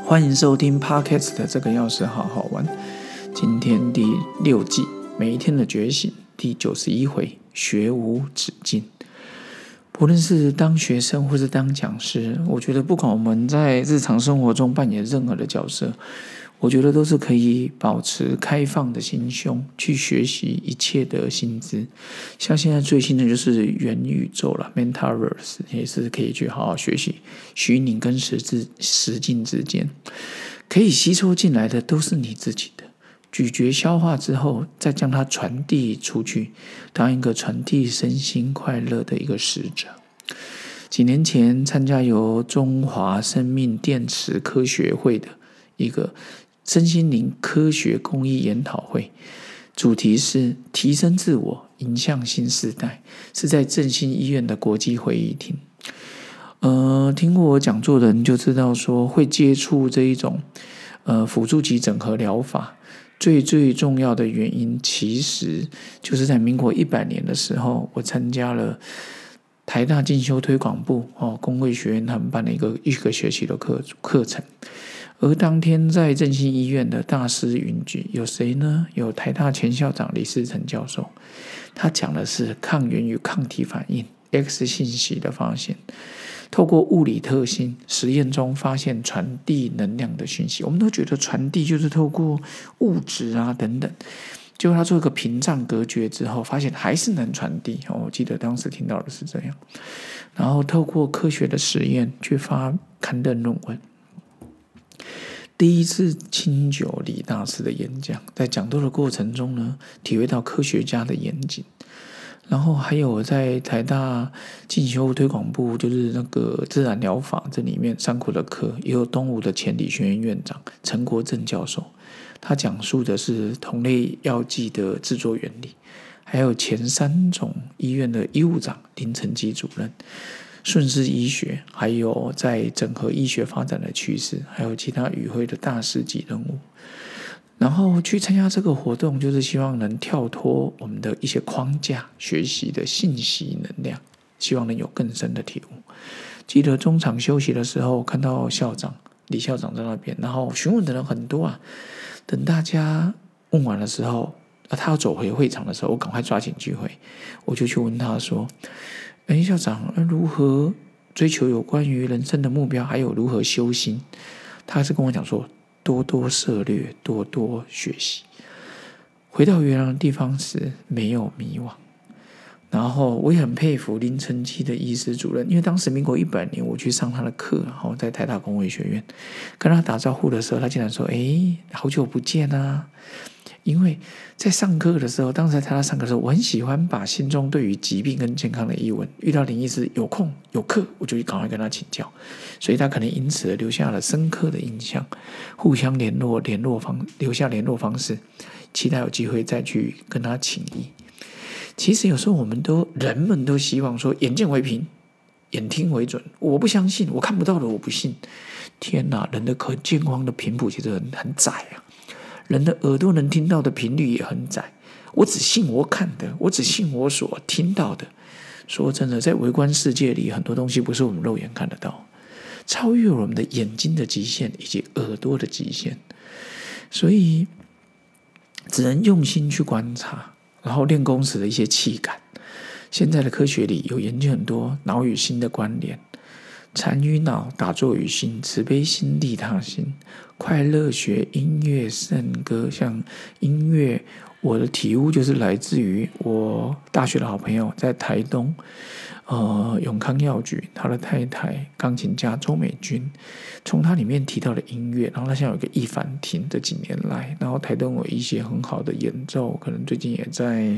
欢迎收听 Podcast 的这个钥匙好好玩。今天第6季每一天的觉醒第91回，学无止境。不论是当学生或是当讲师，我觉得不管我们在日常生活中扮演任何的角色，我觉得都是可以保持开放的心胸去学习一切的新知。像现在最新的就是元宇宙了 Metaverse， 也是可以去好好学习虚拟跟实境之间可以吸收进来的都是你自己的，咀嚼消化之后再将它传递出去，当一个传递身心快乐的一个使者。几年前参加由中华生命电池科学会的一个身心灵科学公益研讨会，主题是提升自我，迎向新时代，是在振兴医院的国际会议厅。听过我讲座的人就知道说，会接触这一种辅助级整合疗法，最重要的原因，其实就是在民国100年的时候，我参加了台大进修推广部公卫学院他们办了一个学期的课程。而当天在振兴医院的大师云集，有谁呢？有台大前校长李世成教授，他讲的是抗原与抗体反应 X 信息的发现，透过物理特性实验中发现传递能量的讯息。我们都觉得传递就是透过物质啊等等，结果他做一个屏障隔绝之后，发现还是能传递。我记得当时听到的是这样，然后透过科学的实验去刊登论文。第一次清酒李大师的演讲，在讲座的过程中呢，体会到科学家的严谨。然后还有在台大进修推广部，就是那个自然疗法这里面上过的课，也有东吴的前理学院院长陈国正教授，他讲述的是同类药剂的制作原理。还有前3种医院的医务长林成基主任，顺势医学，还有在整合医学发展的趋势，还有其他与会的大师级人物。然后去参加这个活动，就是希望能跳脱我们的一些框架，学习的信息能量，希望能有更深的体悟。记得中场休息的时候，看到李校长在那边，然后询问的人很多啊。等大家问完的时候，他要走回会场的时候，我赶快抓紧机会，我就去问他说：校长，如何追求有关于人生的目标，还有如何修心？他是跟我讲说，多多涉略，多多学习。回到原来的地方时，没有迷惘。然后我也很佩服林成基的医师主任，因为当时民国100年我去上他的课，然后在台大公卫学院跟他打招呼的时候，他竟然说：好久不见啊。因为在上课的时候，当时在台大上课的时候，我很喜欢把心中对于疾病跟健康的疑问，遇到林医师有空有课，我就赶快跟他请教，所以他可能因此留下了深刻的印象，互相留下联络方式，期待有机会再去跟他请益。其实有时候人们都希望说，眼见为凭，眼听为准，我不相信，我看不到的我不信。天哪，人的可见光的频谱其实很窄啊。人的耳朵能听到的频率也很窄，我只信我看的，我只信我所听到的。说真的，在微观世界里，很多东西不是我们肉眼看得到，超越我们的眼睛的极限以及耳朵的极限，所以只能用心去观察，然后练功时的一些气感。现在的科学里有研究很多脑与心的关联，禅与脑，打坐与心，慈悲心，利他心，快乐学，音乐圣歌。像音乐，我的体悟就是来自于我大学的好朋友，在台东永康药局，他的太太钢琴家周美君，从他里面提到的音乐，然后他现在有一个一凡亭，这几年来，然后台东有一些很好的演奏，可能最近也在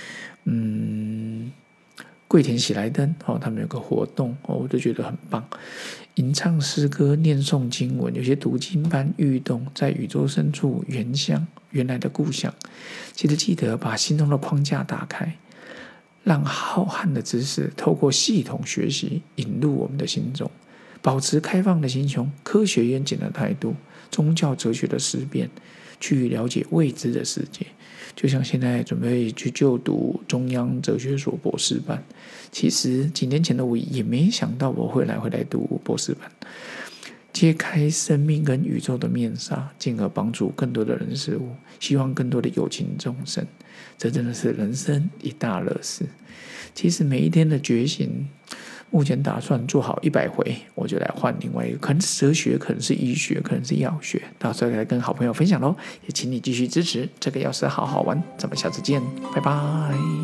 桂田喜来登他们有个活动我就觉得很棒，吟唱诗歌，念诵经文，有些读经般律动，在宇宙深处原乡，原来的故乡。记得把心中的框架打开，让浩瀚的知识透过系统学习引入我们的心中，保持开放的心胸，科学严谨的态度，宗教哲学的思辨，去了解未知的世界。就像现在准备去就读中央哲学所博士班，其实几年前的我也没想到我会来读博士班。 揭开生命跟宇宙的面纱，进而帮助更多的人事物，希望更多的有情众生。这真的是人生一大乐事。其实每一天的觉醒，目前打算做好100回，我就来换另外一个，可能是哲学，可能是医学，可能是药学，到时候来跟好朋友分享咯。也请你继续支持这个钥匙好好玩，咱们下次见，拜拜。